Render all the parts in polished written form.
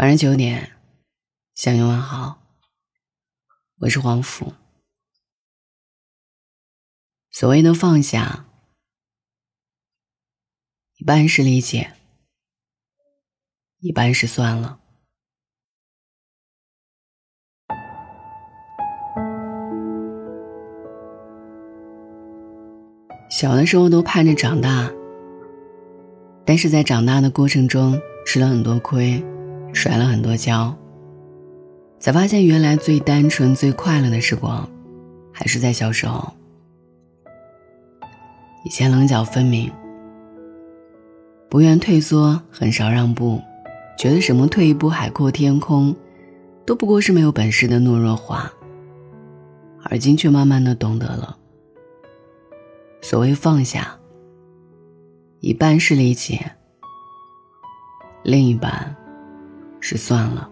晚上9点，向你问好，我是黄甫。所谓的放下，一半是理解，一半是算了。小的时候都盼着长大，但是在长大的过程中吃了很多亏，摔了很多跤，才发现原来最单纯最快乐的时光还是在小时候。以前棱角分明，不愿退缩，很少让步，觉得什么退一步海阔天空都不过是没有本事的懦弱话，而今却慢慢地懂得了，所谓放下，一半是理解，另一半是算了。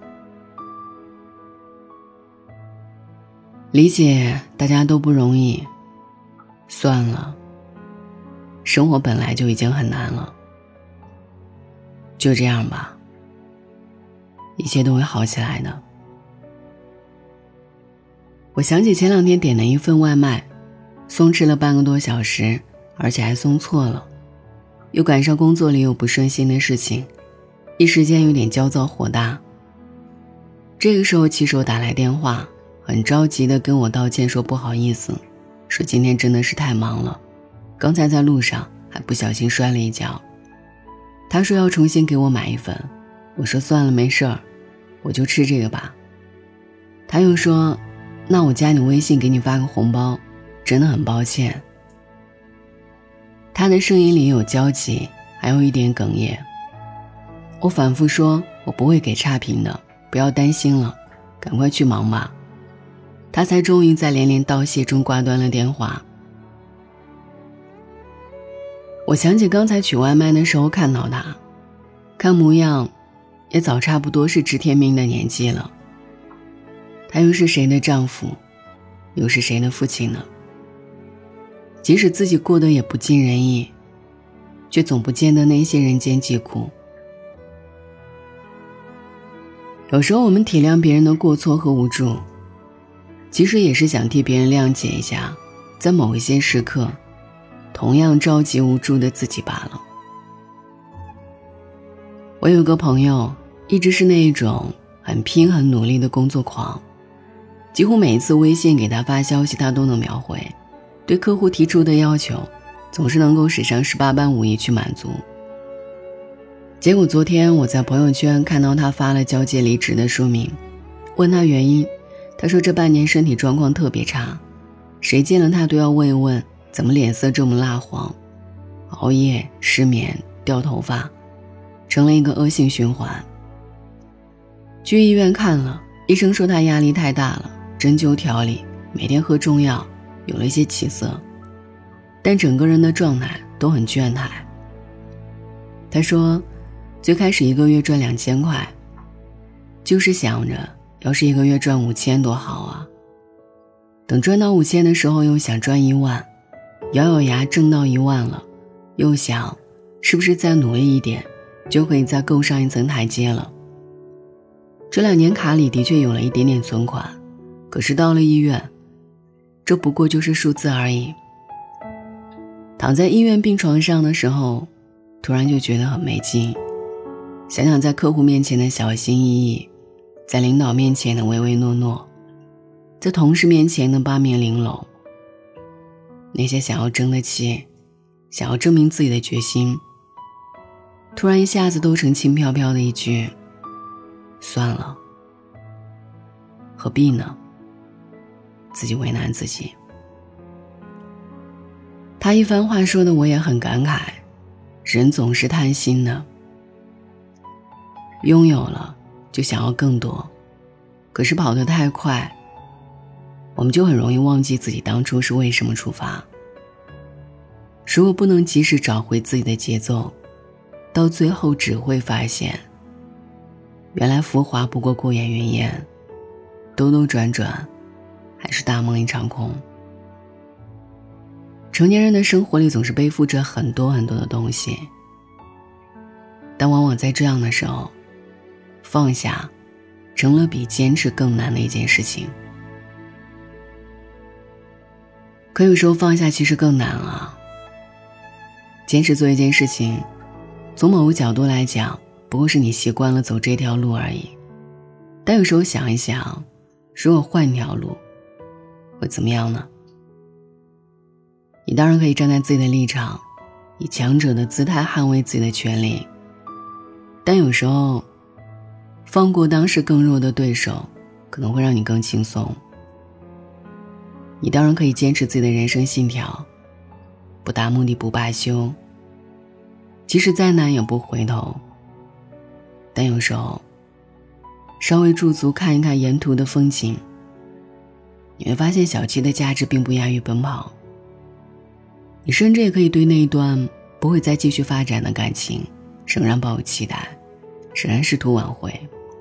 理解大家都不容易，算了，生活本来就已经很难了。就这样吧，一切都会好起来的。我想起前2天点了一份外卖，送迟了半个多小时，而且还送错了，又赶上工作里有不顺心的事情，一时间有点焦躁火大。这个时候骑手打来电话，很着急地跟我道歉，说不好意思，说今天真的是太忙了，刚才在路上还不小心摔了一跤。他说要重新给我买一份，我说算了，没事儿，我就吃这个吧。他又说那我加你微信给你发个红包，真的很抱歉。他的声音里有焦急，还有一点哽咽。我反复说我不会给差评的，不要担心了，赶快去忙吧。他才终于在连连道谢中挂断了电话。我想起刚才取外卖的时候看到他，看模样也早差不多是知天命的年纪了。他又是谁的丈夫，又是谁的父亲呢？即使自己过得也不尽人意，却总不见得那些人间疾苦。有时候我们体谅别人的过错和无助，其实也是想替别人谅解一下在某一些时刻同样着急无助的自己罢了。我有个朋友一直是那一种很拼很努力的工作狂，几乎每一次微信给他发消息他都能秒回，对客户提出的要求总是能够使上18般武艺去满足。结果昨天我在朋友圈看到他发了交接离职的说明，问他原因，他说这半年身体状况特别差，谁见了他都要问一问怎么脸色这么蜡黄，熬夜失眠掉头发，成了一个恶性循环。去医院看了，医生说他压力太大了，针灸调理，每天喝中药，有了一些起色，但整个人的状态都很倦怠。他说最开始1个月赚2000块，就是想着要是1个月赚5000多好啊，等赚到5000的时候又想赚1万，咬咬牙挣到1万了，又想是不是再努力一点就可以再够上一层台阶了。这2年卡里的确有了一点点存款，可是到了医院，这不过就是数字而已。躺在医院病床上的时候，突然就觉得很没劲，想想在客户面前的小心翼翼，在领导面前的唯唯诺诺，在同事面前的八面玲珑，那些想要争的气，想要证明自己的决心，突然一下子都成轻飘飘的一句算了，何必呢？自己为难自己。他一番话说的我也很感慨，人总是贪心的，拥有了就想要更多，可是跑得太快，我们就很容易忘记自己当初是为什么出发。如果不能及时找回自己的节奏，到最后只会发现，原来浮华不过过眼云烟，兜兜转转还是大梦一场空。成年人的生活里总是背负着很多很多的东西，但往往在这样的时候， 放下成了比坚持更难的一件事情。可有时候放下其实更难啊。坚持做一件事情，从某个角度来讲，不过是你习惯了走这条路而已。但有时候想一想，如果换条路，会怎么样呢？你当然可以站在自己的立场，以强者的姿态捍卫自己的权利，但有时候放过当时更弱的对手，可能会让你更轻松。你当然可以坚持自己的人生信条，不达目的不罢休，即使再难也不回头。但有时候稍微驻足看一看沿途的风景，你会发现小憩的价值并不亚于奔跑。你甚至也可以对那一段不会再继续发展的感情仍然抱有期待，仍然试图挽回。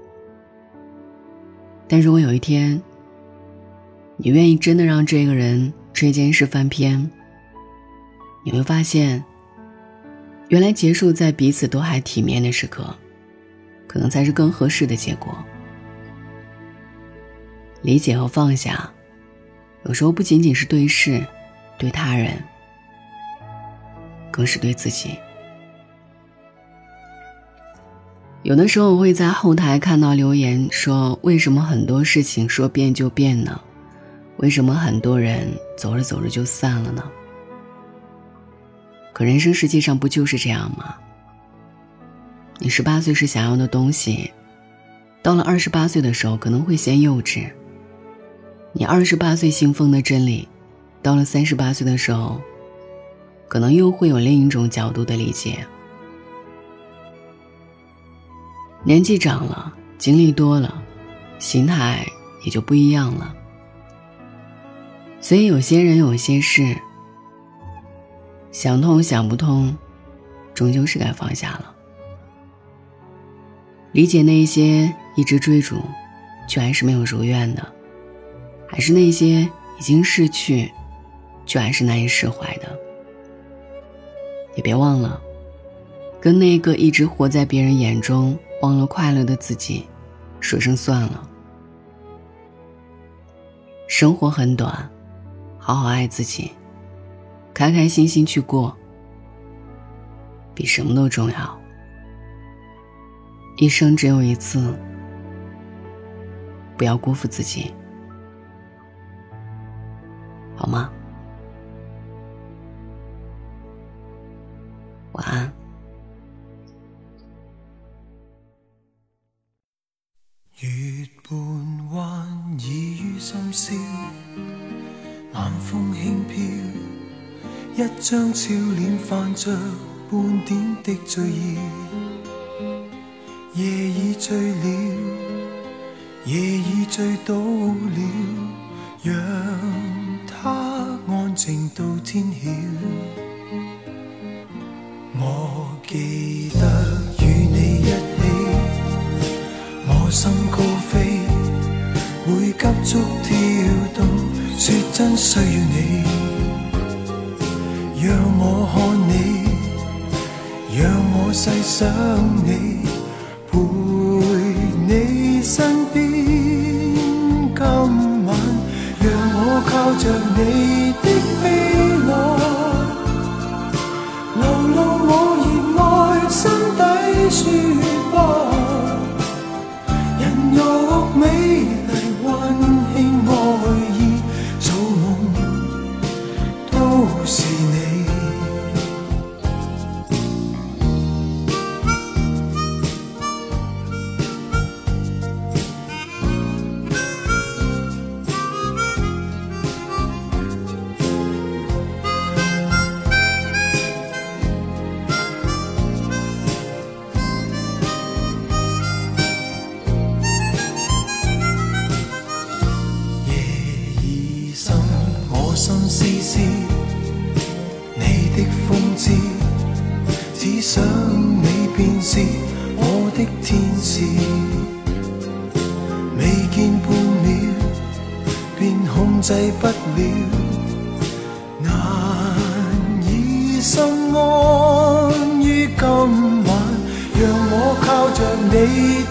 但如果有一天你愿意真的让这个人这件事翻篇，你会发现原来结束在彼此都还体面的时刻，可能才是更合适的结果。理解和放下，有时候不仅仅是对事对他人，更是对自己。有的时候我会在后台看到留言说，为什么很多事情说变就变呢？为什么很多人走着走着就散了呢？可人生实际上不就是这样吗？你18岁时想要的东西，到了28岁的时候可能会嫌幼稚。你28岁信奉的真理，到了38岁的时候，可能又会有另一种角度的理解。年纪长了，经历多了，心态也就不一样了。所以有些人有些事，想通想不通，终究是该放下了。理解那些一直追逐却还是没有如愿的，还是那些已经逝去却还是难以释怀的。也别忘了跟那个一直活在别人眼中忘了快乐的自己说声算了。生活很短，好好爱自己，开开心心去过，比什么都重要。一生只有一次，不要辜负自己，好吗？晚安。 月半弯倚於深宵，晚風輕飄，一張俏臉泛着半點的醉意。夜已醉了，夜已醉倒了，讓它安靜到天曉。我記得與你一起，我心高飛，會急速跳動，說真需要你，讓我看你，讓我細想你，陪你身邊。今晚讓我靠着你的臂膀，流露我熱愛心底說話。人肉美麗溫馨愛意，做夢都是你。心思思，你的風姿，只想你便是我的天使。未見半秒，便控制不了，難以心安於今晚。讓我靠着你